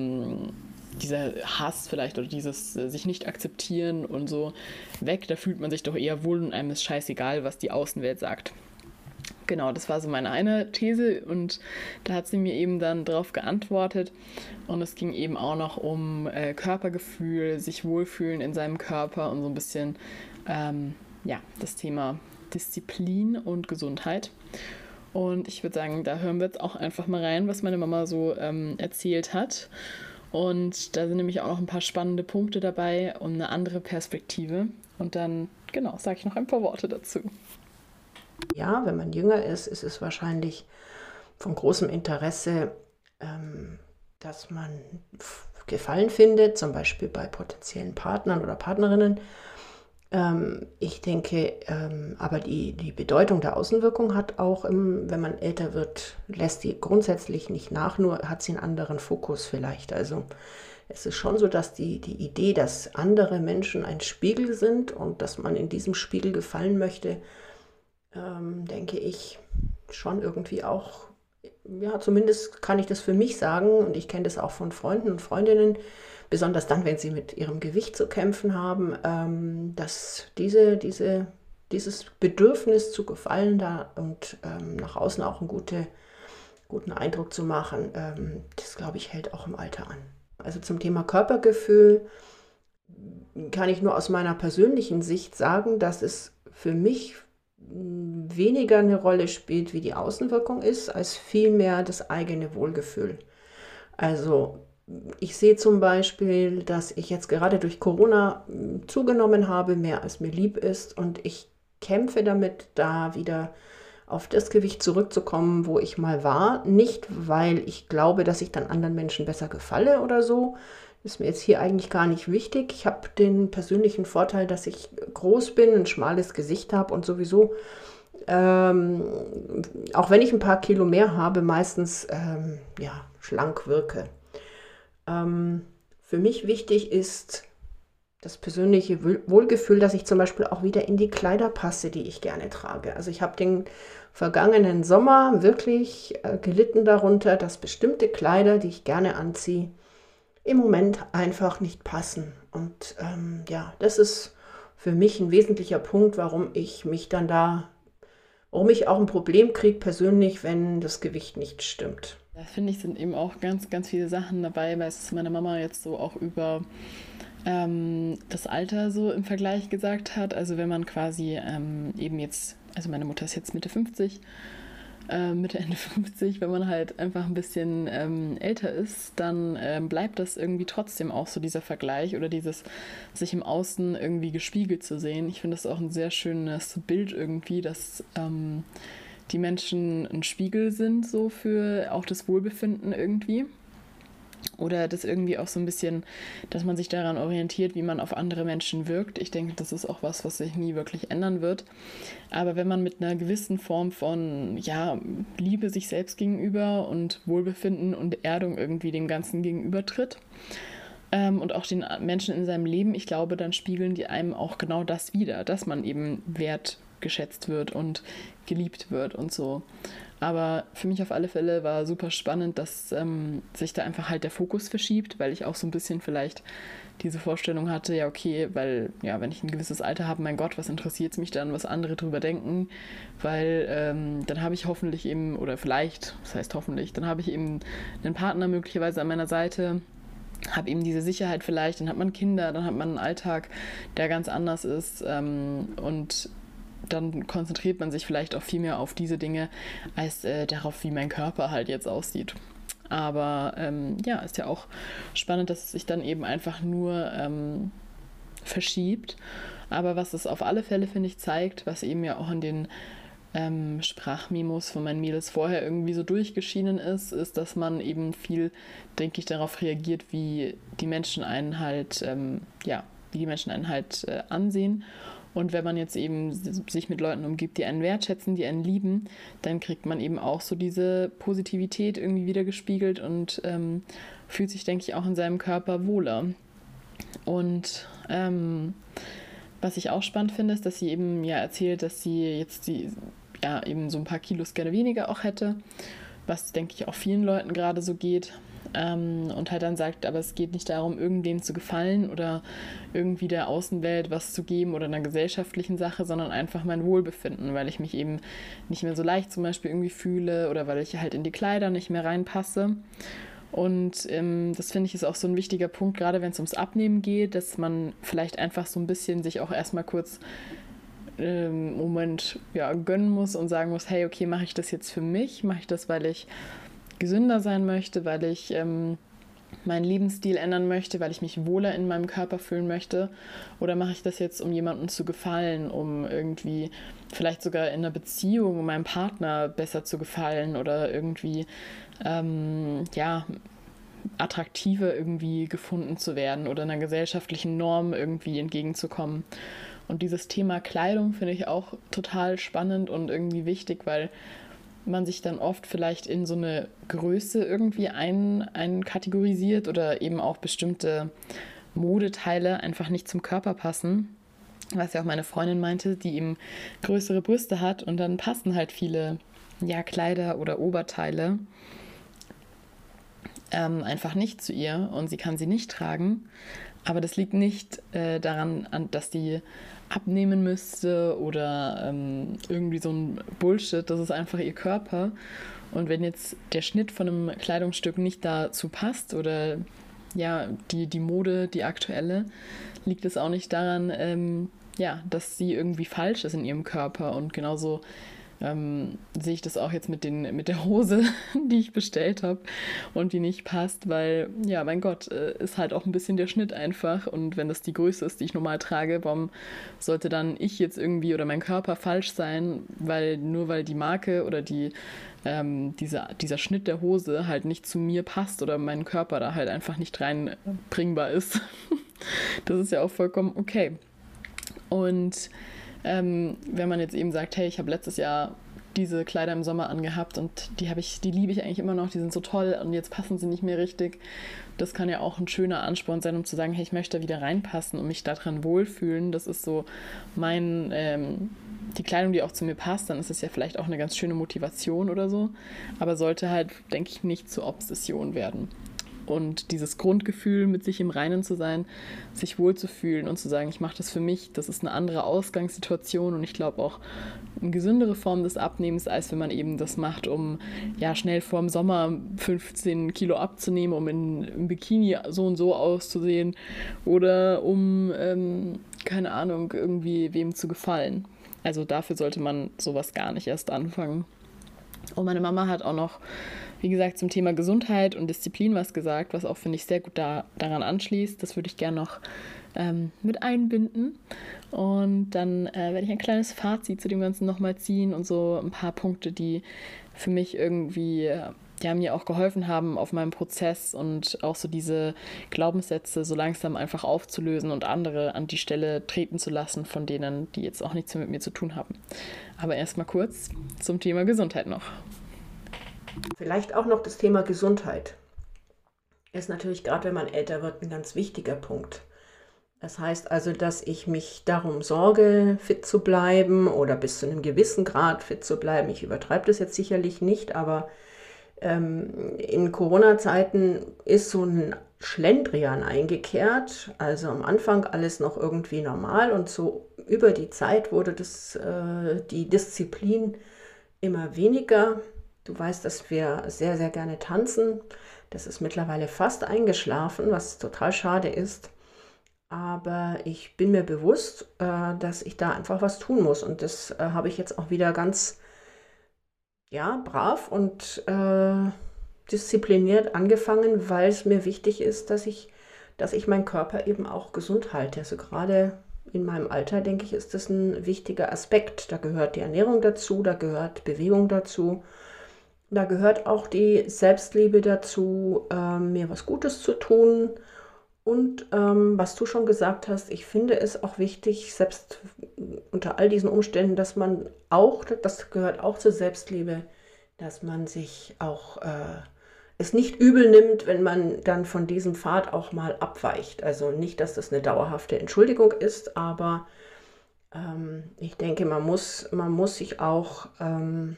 dieser Hass vielleicht oder dieses sich nicht akzeptieren und so weg. Da fühlt man sich doch eher wohl und einem ist scheißegal, was die Außenwelt sagt. Genau, das war so meine eine These und da hat sie mir eben dann drauf geantwortet und es ging eben auch noch um Körpergefühl, sich wohlfühlen in seinem Körper und so ein bisschen ja, das Thema Disziplin und Gesundheit. Und ich würde sagen, da hören wir jetzt auch einfach mal rein, was meine Mama so erzählt hat. Und da sind nämlich auch noch ein paar spannende Punkte dabei und eine andere Perspektive. Und dann, genau, sage ich noch ein paar Worte dazu. Ja, wenn man jünger ist, ist es wahrscheinlich von großem Interesse, dass man Gefallen findet, zum Beispiel bei potenziellen Partnern oder Partnerinnen. Ich denke, aber die Bedeutung der Außenwirkung hat auch, wenn man älter wird, lässt die grundsätzlich nicht nach, nur hat sie einen anderen Fokus vielleicht. Also es ist schon so, dass die Idee, dass andere Menschen ein Spiegel sind und dass man in diesem Spiegel gefallen möchte, denke ich, schon irgendwie auch, ja, zumindest kann ich das für mich sagen und ich kenne das auch von Freunden und Freundinnen, besonders dann, wenn sie mit ihrem Gewicht zu kämpfen haben, dass dieses Bedürfnis zu gefallen da und nach außen auch einen guten Eindruck zu machen, das, glaube ich, hält auch im Alter an. Also zum Thema Körpergefühl kann ich nur aus meiner persönlichen Sicht sagen, dass es für mich weniger eine Rolle spielt, wie die Außenwirkung ist, als vielmehr das eigene Wohlgefühl. Also ich sehe zum Beispiel, dass ich jetzt gerade durch Corona zugenommen habe, mehr als mir lieb ist und ich kämpfe damit, da wieder auf das Gewicht zurückzukommen, wo ich mal war. Nicht, weil ich glaube, dass ich dann anderen Menschen besser gefalle oder so. Ist mir jetzt hier eigentlich gar nicht wichtig. Ich habe den persönlichen Vorteil, dass ich groß bin, ein schmales Gesicht habe und sowieso, auch wenn ich ein paar Kilo mehr habe, meistens ja, schlank wirke. Für mich wichtig ist das persönliche Wohlgefühl, dass ich zum Beispiel auch wieder in die Kleider passe, die ich gerne trage. Also ich habe den vergangenen Sommer wirklich gelitten darunter, dass bestimmte Kleider, die ich gerne anziehe, im Moment einfach nicht passen. Und ja, das ist für mich ein wesentlicher Punkt, warum ich auch ein Problem kriege persönlich, wenn das Gewicht nicht stimmt. Da finde ich, sind eben auch ganz, ganz viele Sachen dabei, weil es meine Mama jetzt so auch über das Alter so im Vergleich gesagt hat. Also wenn man quasi eben jetzt, also meine Mutter ist jetzt Mitte 50, Mitte, Ende 50, wenn man halt einfach ein bisschen älter ist, dann bleibt das irgendwie trotzdem auch so dieser Vergleich oder dieses sich im Außen irgendwie gespiegelt zu sehen. Ich finde das auch ein sehr schönes Bild irgendwie, dass die Menschen ein Spiegel sind so für auch das Wohlbefinden irgendwie. Oder das irgendwie auch so ein bisschen, dass man sich daran orientiert, wie man auf andere Menschen wirkt. Ich denke, das ist auch was sich nie wirklich ändern wird. Aber wenn man mit einer gewissen Form von Liebe sich selbst gegenüber und Wohlbefinden und Erdung irgendwie dem Ganzen gegenübertritt und auch den Menschen in seinem Leben, ich glaube, dann spiegeln die einem auch genau das wider, dass man eben wertgeschätzt wird und geliebt wird und so. Aber für mich auf alle Fälle war super spannend, dass sich da einfach halt der Fokus verschiebt, weil ich auch so ein bisschen vielleicht diese Vorstellung hatte, ja okay, weil wenn ich ein gewisses Alter habe, mein Gott, was interessiert es mich dann, was andere drüber denken, weil dann habe ich hoffentlich eben, oder vielleicht, das heißt hoffentlich, dann habe ich eben einen Partner möglicherweise an meiner Seite, habe eben diese Sicherheit vielleicht, dann hat man Kinder, dann hat man einen Alltag, der ganz anders ist und dann konzentriert man sich vielleicht auch viel mehr auf diese Dinge, als darauf, wie mein Körper halt jetzt aussieht. Aber ist ja auch spannend, dass es sich dann eben einfach nur verschiebt. Aber was es auf alle Fälle, finde ich, zeigt, was eben ja auch in den Sprachmemos von meinen Mädels vorher irgendwie so durchgeschienen ist, dass man eben viel, denke ich, darauf reagiert, wie die Menschen einen halt, ansehen. Und wenn man jetzt eben sich mit Leuten umgibt, die einen wertschätzen, die einen lieben, dann kriegt man eben auch so diese Positivität irgendwie wieder gespiegelt und fühlt sich, denke ich, auch in seinem Körper wohler. Und was ich auch spannend finde, ist, dass sie eben erzählt, dass sie jetzt eben so ein paar Kilos gerne weniger auch hätte, was, denke ich, auch vielen Leuten gerade so geht. Und halt dann sagt, aber es geht nicht darum, irgendwem zu gefallen oder irgendwie der Außenwelt was zu geben oder einer gesellschaftlichen Sache, sondern einfach mein Wohlbefinden, weil ich mich eben nicht mehr so leicht zum Beispiel irgendwie fühle oder weil ich halt in die Kleider nicht mehr reinpasse. Und das finde ich ist auch so ein wichtiger Punkt, gerade wenn es ums Abnehmen geht, dass man vielleicht einfach so ein bisschen sich auch erstmal kurz Moment gönnen muss und sagen muss, hey, okay, mache ich das jetzt für mich? Mache ich das, weil ich gesünder sein möchte, weil ich meinen Lebensstil ändern möchte, weil ich mich wohler in meinem Körper fühlen möchte? Oder mache ich das jetzt, um jemandem zu gefallen, um irgendwie vielleicht sogar in einer Beziehung meinem Partner besser zu gefallen oder irgendwie attraktiver irgendwie gefunden zu werden oder einer gesellschaftlichen Norm irgendwie entgegenzukommen? Und dieses Thema Kleidung finde ich auch total spannend und irgendwie wichtig, weil man sich dann oft vielleicht in so eine Größe irgendwie einkategorisiert oder eben auch bestimmte Modeteile einfach nicht zum Körper passen. Was ja auch meine Freundin meinte, die eben größere Brüste hat und dann passen halt viele Kleider oder Oberteile einfach nicht zu ihr und sie kann sie nicht tragen. Aber das liegt nicht daran, dass die abnehmen müsste oder irgendwie so ein Bullshit. Das ist einfach ihr Körper. Und wenn jetzt der Schnitt von einem Kleidungsstück nicht dazu passt oder die Mode, die aktuelle, liegt es auch nicht daran, dass sie irgendwie falsch ist in ihrem Körper. Und genauso sehe ich das auch jetzt mit der Hose, die ich bestellt habe und die nicht passt, weil, mein Gott, ist halt auch ein bisschen der Schnitt einfach und wenn das die Größe ist, die ich normal trage, warum sollte dann ich jetzt irgendwie oder mein Körper falsch sein, weil die Marke oder dieser Schnitt der Hose halt nicht zu mir passt oder mein Körper da halt einfach nicht reinbringbar ist. Das ist ja auch vollkommen okay. Und wenn man jetzt eben sagt, hey, ich habe letztes Jahr diese Kleider im Sommer angehabt und die liebe ich eigentlich immer noch, die sind so toll und jetzt passen sie nicht mehr richtig. Das kann ja auch ein schöner Ansporn sein, um zu sagen, hey, ich möchte da wieder reinpassen und mich daran wohlfühlen. Das ist so die Kleidung, die auch zu mir passt, dann ist es ja vielleicht auch eine ganz schöne Motivation oder so, aber sollte halt, denke ich, nicht zur Obsession werden. und dieses Grundgefühl, mit sich im Reinen zu sein, sich wohlzufühlen und zu sagen, ich mache das für mich, das ist eine andere Ausgangssituation und ich glaube auch eine gesündere Form des Abnehmens, als wenn man eben das macht, um ja schnell vorm Sommer 15 Kilo abzunehmen, um im Bikini so und so auszusehen oder um, keine Ahnung, irgendwie wem zu gefallen. Also dafür sollte man sowas gar nicht erst anfangen. Und meine Mama hat auch noch, wie gesagt, zum Thema Gesundheit und Disziplin was gesagt, was auch, finde ich, sehr gut daran anschließt. Das würde ich gerne noch mit einbinden. Und dann werde ich ein kleines Fazit zu dem Ganzen nochmal ziehen und so ein paar Punkte, die für mich irgendwie ja, mir auch geholfen haben auf meinem Prozess und auch so diese Glaubenssätze so langsam einfach aufzulösen und andere an die Stelle treten zu lassen von denen, die jetzt auch nichts mehr mit mir zu tun haben. Aber erstmal kurz zum Thema Gesundheit noch. Vielleicht auch noch das Thema Gesundheit. Ist natürlich gerade, wenn man älter wird, ein ganz wichtiger Punkt. Das heißt also, dass ich mich darum sorge, fit zu bleiben oder bis zu einem gewissen Grad fit zu bleiben. Ich übertreibe das jetzt sicherlich nicht, aber in Corona-Zeiten ist so ein Schlendrian eingekehrt. Also am Anfang alles noch irgendwie normal und so über die Zeit wurde die Disziplin immer weniger. Du weißt, dass wir sehr, sehr gerne tanzen. Das ist mittlerweile fast eingeschlafen, was total schade ist. Aber ich bin mir bewusst, dass ich da einfach was tun muss. Und das habe ich jetzt auch wieder ganz brav und diszipliniert angefangen, weil es mir wichtig ist, dass ich meinen Körper eben auch gesund halte. Also gerade in meinem Alter, denke ich, ist das ein wichtiger Aspekt. Da gehört die Ernährung dazu, da gehört Bewegung dazu. Da gehört auch die Selbstliebe dazu, mir was Gutes zu tun. Und was du schon gesagt hast, ich finde es auch wichtig, selbst unter all diesen Umständen, dass man auch, das gehört auch zur Selbstliebe, dass man sich auch es nicht übel nimmt, wenn man dann von diesem Pfad auch mal abweicht. Also nicht, dass das eine dauerhafte Entschuldigung ist, aber ich denke, man muss sich auch, man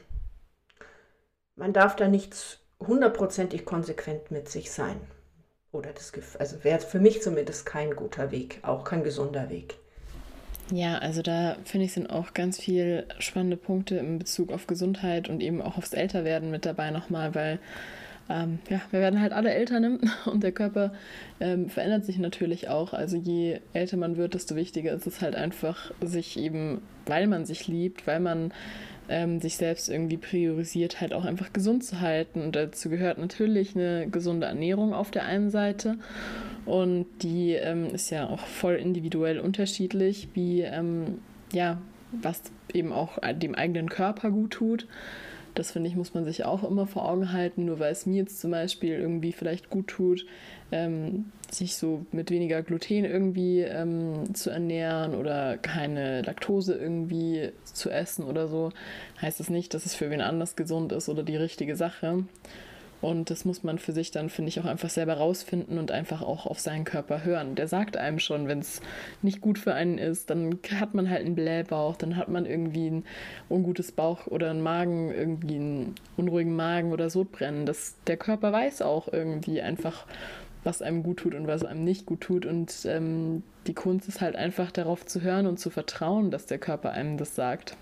darf da nicht hundertprozentig konsequent mit sich sein. Oder also wäre für mich zumindest kein guter Weg, auch kein gesunder Weg. Ja, also da finde ich, sind auch ganz viele spannende Punkte in Bezug auf Gesundheit und eben auch aufs Älterwerden mit dabei nochmal, weil wir werden halt alle älter, ne? Und der Körper verändert sich natürlich auch. Also je älter man wird, desto wichtiger ist es halt einfach, sich eben, weil man sich liebt, weil man sich selbst irgendwie priorisiert, halt auch einfach gesund zu halten. Und dazu gehört natürlich eine gesunde Ernährung auf der einen Seite. Und die ist ja auch voll individuell unterschiedlich, wie, was eben auch dem eigenen Körper gut tut. Das, finde ich, muss man sich auch immer vor Augen halten, nur weil es mir jetzt zum Beispiel irgendwie vielleicht gut tut, sich so mit weniger Gluten irgendwie zu ernähren oder keine Laktose irgendwie zu essen oder so, heißt das nicht, dass es für wen anders gesund ist oder die richtige Sache. Und das muss man für sich dann, finde ich, auch einfach selber rausfinden und einfach auch auf seinen Körper hören. Der sagt einem schon, wenn es nicht gut für einen ist, dann hat man halt einen Blähbauch, dann hat man irgendwie ein ungutes Bauch oder einen Magen, irgendwie einen unruhigen Magen oder Sodbrennen. Der Körper weiß auch irgendwie einfach, was einem gut tut und was einem nicht gut tut. Und die Kunst ist halt einfach darauf zu hören und zu vertrauen, dass der Körper einem das sagt.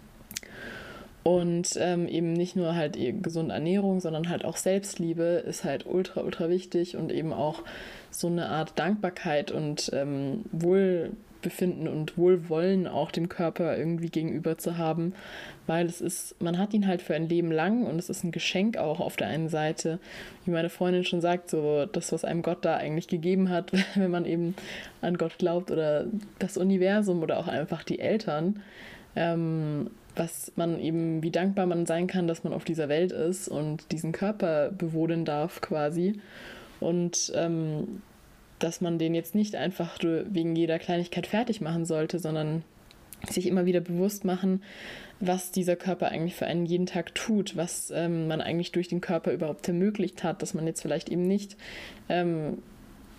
Und eben nicht nur halt gesunde Ernährung, sondern halt auch Selbstliebe ist halt ultra, ultra wichtig und eben auch so eine Art Dankbarkeit und Wohlbefinden und Wohlwollen auch dem Körper irgendwie gegenüber zu haben, weil man hat ihn halt für ein Leben lang und es ist ein Geschenk auch auf der einen Seite, wie meine Freundin schon sagt, so das, was einem Gott da eigentlich gegeben hat, wenn man eben an Gott glaubt oder das Universum oder auch einfach die Eltern, was man eben, wie dankbar man sein kann, dass man auf dieser Welt ist und diesen Körper bewohnen darf quasi und dass man den jetzt nicht einfach wegen jeder Kleinigkeit fertig machen sollte, sondern sich immer wieder bewusst machen, was dieser Körper eigentlich für einen jeden Tag tut, was man eigentlich durch den Körper überhaupt ermöglicht hat, dass man jetzt vielleicht eben nicht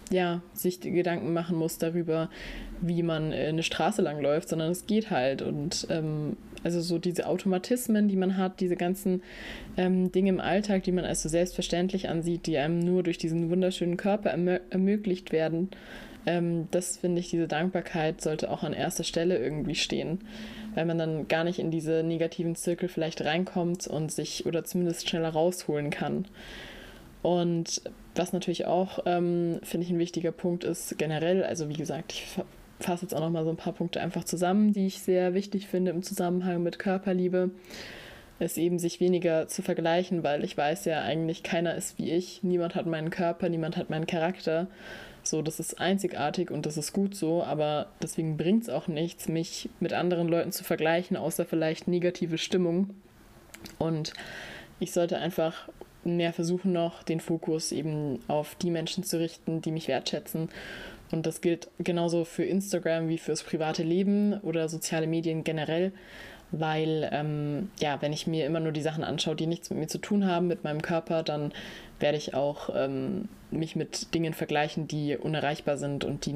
sich die Gedanken machen muss darüber, wie man eine Straße lang läuft, sondern es geht halt. Und also so diese Automatismen, die man hat, diese ganzen Dinge im Alltag, die man als so selbstverständlich ansieht, die einem nur durch diesen wunderschönen Körper ermöglicht werden, das finde ich, diese Dankbarkeit sollte auch an erster Stelle irgendwie stehen, weil man dann gar nicht in diese negativen Zirkel vielleicht reinkommt und sich oder zumindest schneller rausholen kann. Und was natürlich auch, finde ich, ein wichtiger Punkt ist generell, also wie gesagt, ich fasse jetzt auch nochmal so ein paar Punkte einfach zusammen, die ich sehr wichtig finde im Zusammenhang mit Körperliebe, ist eben sich weniger zu vergleichen, weil ich weiß ja eigentlich, keiner ist wie ich, niemand hat meinen Körper, niemand hat meinen Charakter. So, das ist einzigartig und das ist gut so, aber deswegen bringt es auch nichts, mich mit anderen Leuten zu vergleichen, außer vielleicht negative Stimmung. Und ich sollte einfach mehr versuchen noch, den Fokus eben auf die Menschen zu richten, die mich wertschätzen. Und das gilt genauso für Instagram wie fürs private Leben oder soziale Medien generell, weil, wenn ich mir immer nur die Sachen anschaue, die nichts mit mir zu tun haben, mit meinem Körper, dann werde ich auch mich mit Dingen vergleichen, die unerreichbar sind und die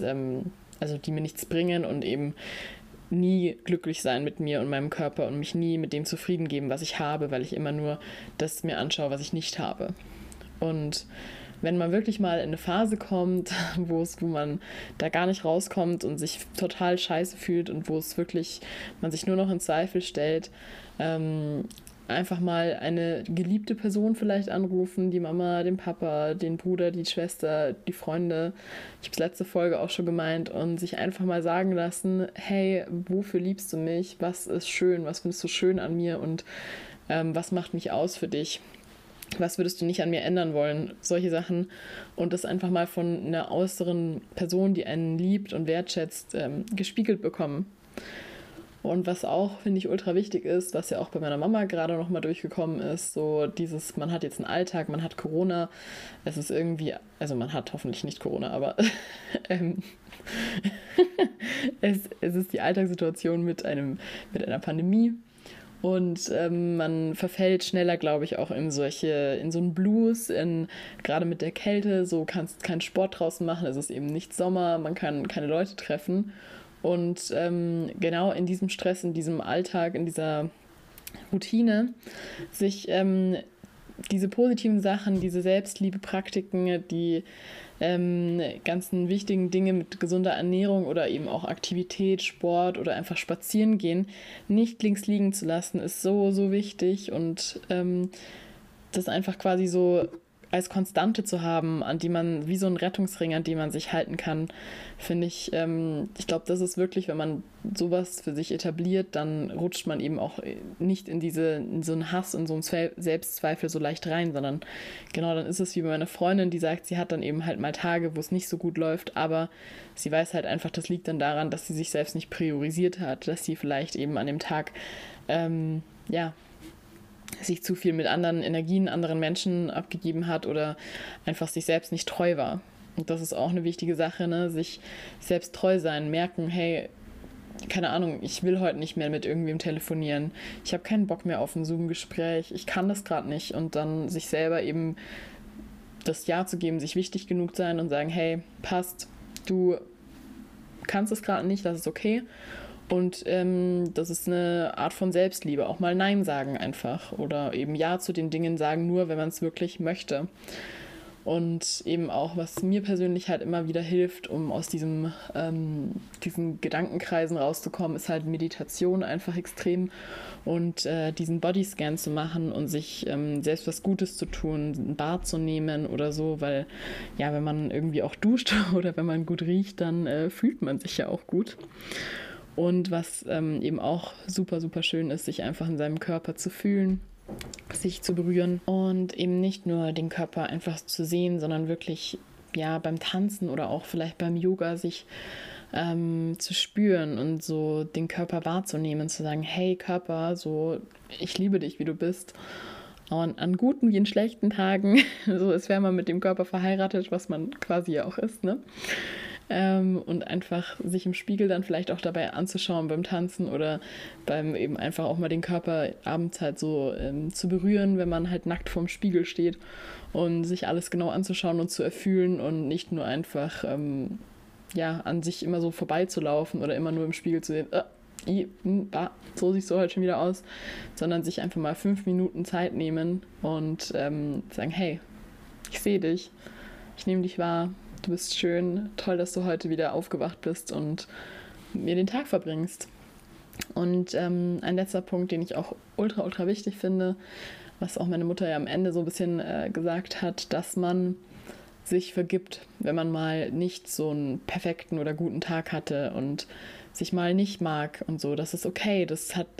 die mir nichts bringen und eben nie glücklich sein mit mir und meinem Körper und mich nie mit dem zufrieden geben, was ich habe, weil ich immer nur das mir anschaue, was ich nicht habe. Und wenn man wirklich mal in eine Phase kommt, wo man da gar nicht rauskommt und sich total scheiße fühlt und wo es wirklich, man sich nur noch in Zweifel stellt, einfach mal eine geliebte Person vielleicht anrufen, die Mama, den Papa, den Bruder, die Schwester, die Freunde. Ich habe es letzte Folge auch schon gemeint und sich einfach mal sagen lassen, hey, wofür liebst du mich? Was ist schön? Was findest du schön an mir? Und was macht mich aus für dich? Was würdest du nicht an mir ändern wollen? Solche Sachen. Und das einfach mal von einer äußeren Person, die einen liebt und wertschätzt, gespiegelt bekommen. Und was auch, finde ich, ultra wichtig ist, was ja auch bei meiner Mama gerade noch mal durchgekommen ist, so dieses, man hat jetzt einen Alltag, man hat Corona, es ist irgendwie, also man hat hoffentlich nicht Corona, aber es ist die Alltagssituation mit einer Pandemie. Und man verfällt schneller, glaube ich, auch in so einen Blues, gerade mit der Kälte, so kannst keinen Sport draußen machen, es ist eben nicht Sommer, man kann keine Leute treffen. Und genau in diesem Stress, in diesem Alltag, in dieser Routine, sich diese positiven Sachen, diese Selbstliebe-Praktiken, die ganzen wichtigen Dinge mit gesunder Ernährung oder eben auch Aktivität, Sport oder einfach spazieren gehen, nicht links liegen zu lassen, ist so, so wichtig. Und das einfach quasi so als Konstante zu haben, an die man, wie so ein Rettungsring, an dem man sich halten kann, finde ich, ich glaube, das ist wirklich, wenn man sowas für sich etabliert, dann rutscht man eben auch nicht in so einen Hass und so einen Selbstzweifel so leicht rein, sondern genau, dann ist es wie bei meiner Freundin, die sagt, sie hat dann eben halt mal Tage, wo es nicht so gut läuft, aber sie weiß halt einfach, das liegt dann daran, dass sie sich selbst nicht priorisiert hat, dass sie vielleicht eben an dem Tag, sich zu viel mit anderen Energien, anderen Menschen abgegeben hat oder einfach sich selbst nicht treu war. Und das ist auch eine wichtige Sache, ne? Sich selbst treu sein, merken, hey, keine Ahnung, ich will heute nicht mehr mit irgendwem telefonieren, ich habe keinen Bock mehr auf ein Zoom-Gespräch, ich kann das gerade nicht und dann sich selber eben das Ja zu geben, sich wichtig genug sein und sagen, hey, passt, du kannst es gerade nicht, das ist okay. Und das ist eine Art von Selbstliebe, auch mal Nein sagen einfach oder eben Ja zu den Dingen sagen, nur wenn man es wirklich möchte. Und eben auch, was mir persönlich halt immer wieder hilft, um aus diesen Gedankenkreisen rauszukommen, ist halt Meditation einfach extrem und diesen Bodyscan zu machen und sich selbst was Gutes zu tun, ein Bad zu nehmen oder so, weil ja, wenn man irgendwie auch duscht oder wenn man gut riecht, dann fühlt man sich ja auch gut. Und was eben auch super, super schön ist, sich einfach in seinem Körper zu fühlen, sich zu berühren und eben nicht nur den Körper einfach zu sehen, sondern wirklich ja beim Tanzen oder auch vielleicht beim Yoga sich zu spüren und so den Körper wahrzunehmen, zu sagen, hey Körper, so ich liebe dich, wie du bist. Und an guten wie in schlechten Tagen, so als wäre man mit dem Körper verheiratet, was man quasi ja auch ist, ne? und einfach sich im Spiegel dann vielleicht auch dabei anzuschauen beim Tanzen oder beim eben einfach auch mal den Körper abends halt so zu berühren, wenn man halt nackt vorm Spiegel steht und sich alles genau anzuschauen und zu erfühlen und nicht nur einfach an sich immer so vorbeizulaufen oder immer nur im Spiegel zu sehen, so siehst du heute schon wieder aus, sondern sich einfach mal 5 Minuten Zeit nehmen und sagen, hey, ich sehe dich, ich nehme dich wahr, du bist schön, toll, dass du heute wieder aufgewacht bist und mit mir den Tag verbringst. Und ein letzter Punkt, den ich auch ultra, ultra wichtig finde, was auch meine Mutter ja am Ende so ein bisschen gesagt hat, dass man sich vergibt, wenn man mal nicht so einen perfekten oder guten Tag hatte und sich mal nicht mag und so. Das ist okay, das hat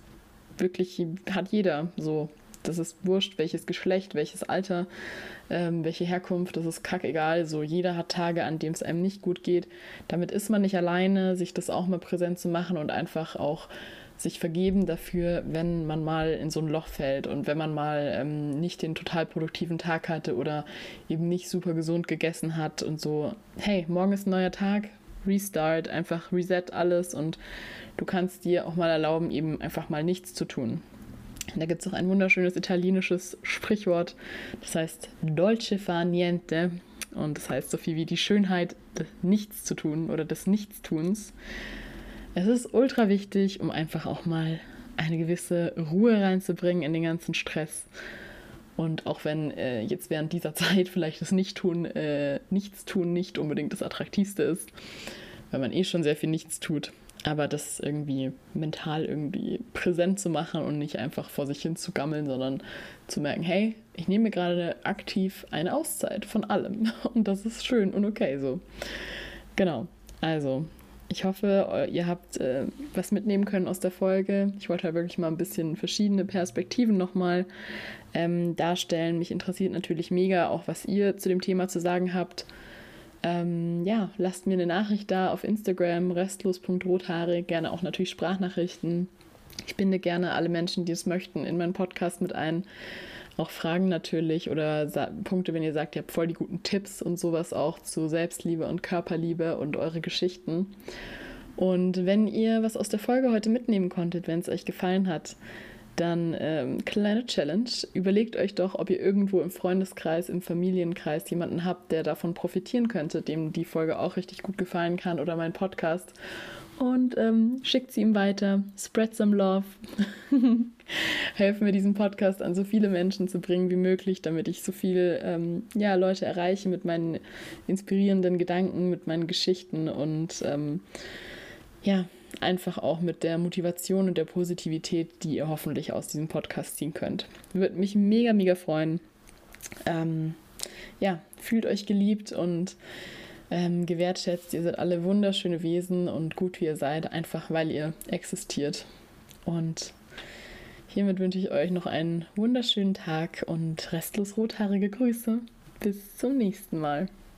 jeder so. Das ist wurscht, welches Geschlecht, welches Alter, welche Herkunft, das ist kackegal. So, jeder hat Tage, an denen es einem nicht gut geht. Damit ist man nicht alleine, sich das auch mal präsent zu machen und einfach auch sich vergeben dafür, wenn man mal in so ein Loch fällt und wenn man mal nicht den total produktiven Tag hatte oder eben nicht super gesund gegessen hat und so, hey, morgen ist ein neuer Tag, Restart, einfach reset alles und du kannst dir auch mal erlauben, eben einfach mal nichts zu tun. Da gibt es auch ein wunderschönes italienisches Sprichwort, das heißt dolce far niente und das heißt so viel wie die Schönheit des Nichts zu tun oder des Nichtstuns. Es ist ultra wichtig, um einfach auch mal eine gewisse Ruhe reinzubringen in den ganzen Stress. Und auch wenn jetzt während dieser Zeit vielleicht das Nichtstun nicht unbedingt das Attraktivste ist, weil man schon sehr viel nichts tut. Aber das irgendwie mental irgendwie präsent zu machen und nicht einfach vor sich hin zu gammeln, sondern zu merken, hey, ich nehme mir gerade aktiv eine Auszeit von allem. Und das ist schön und okay so. Genau, also ich hoffe, ihr habt was mitnehmen können aus der Folge. Ich wollte halt wirklich mal ein bisschen verschiedene Perspektiven nochmal darstellen. Mich interessiert natürlich mega auch, was ihr zu dem Thema zu sagen habt. Lasst mir eine Nachricht da auf Instagram, restlos.rothaarig, gerne auch natürlich Sprachnachrichten. Ich binde gerne alle Menschen, die es möchten, in meinen Podcast mit ein. Auch Fragen natürlich oder Punkte, wenn ihr sagt, ihr habt voll die guten Tipps und sowas auch zu Selbstliebe und Körperliebe und eure Geschichten. Und wenn ihr was aus der Folge heute mitnehmen konntet, wenn es euch gefallen hat, dann kleine Challenge. Überlegt euch doch, ob ihr irgendwo im Freundeskreis, im Familienkreis jemanden habt, der davon profitieren könnte, dem die Folge auch richtig gut gefallen kann oder mein Podcast. Und schickt sie ihm weiter. Spread some love. Helfen wir diesen Podcast an so viele Menschen zu bringen wie möglich, damit ich so viele Leute erreiche mit meinen inspirierenden Gedanken, mit meinen Geschichten und einfach auch mit der Motivation und der Positivität, die ihr hoffentlich aus diesem Podcast ziehen könnt. Würde mich mega, mega freuen. Fühlt euch geliebt und gewertschätzt. Ihr seid alle wunderschöne Wesen und gut, wie ihr seid, einfach weil ihr existiert. Und hiermit wünsche ich euch noch einen wunderschönen Tag und restlos rothaarige Grüße. Bis zum nächsten Mal.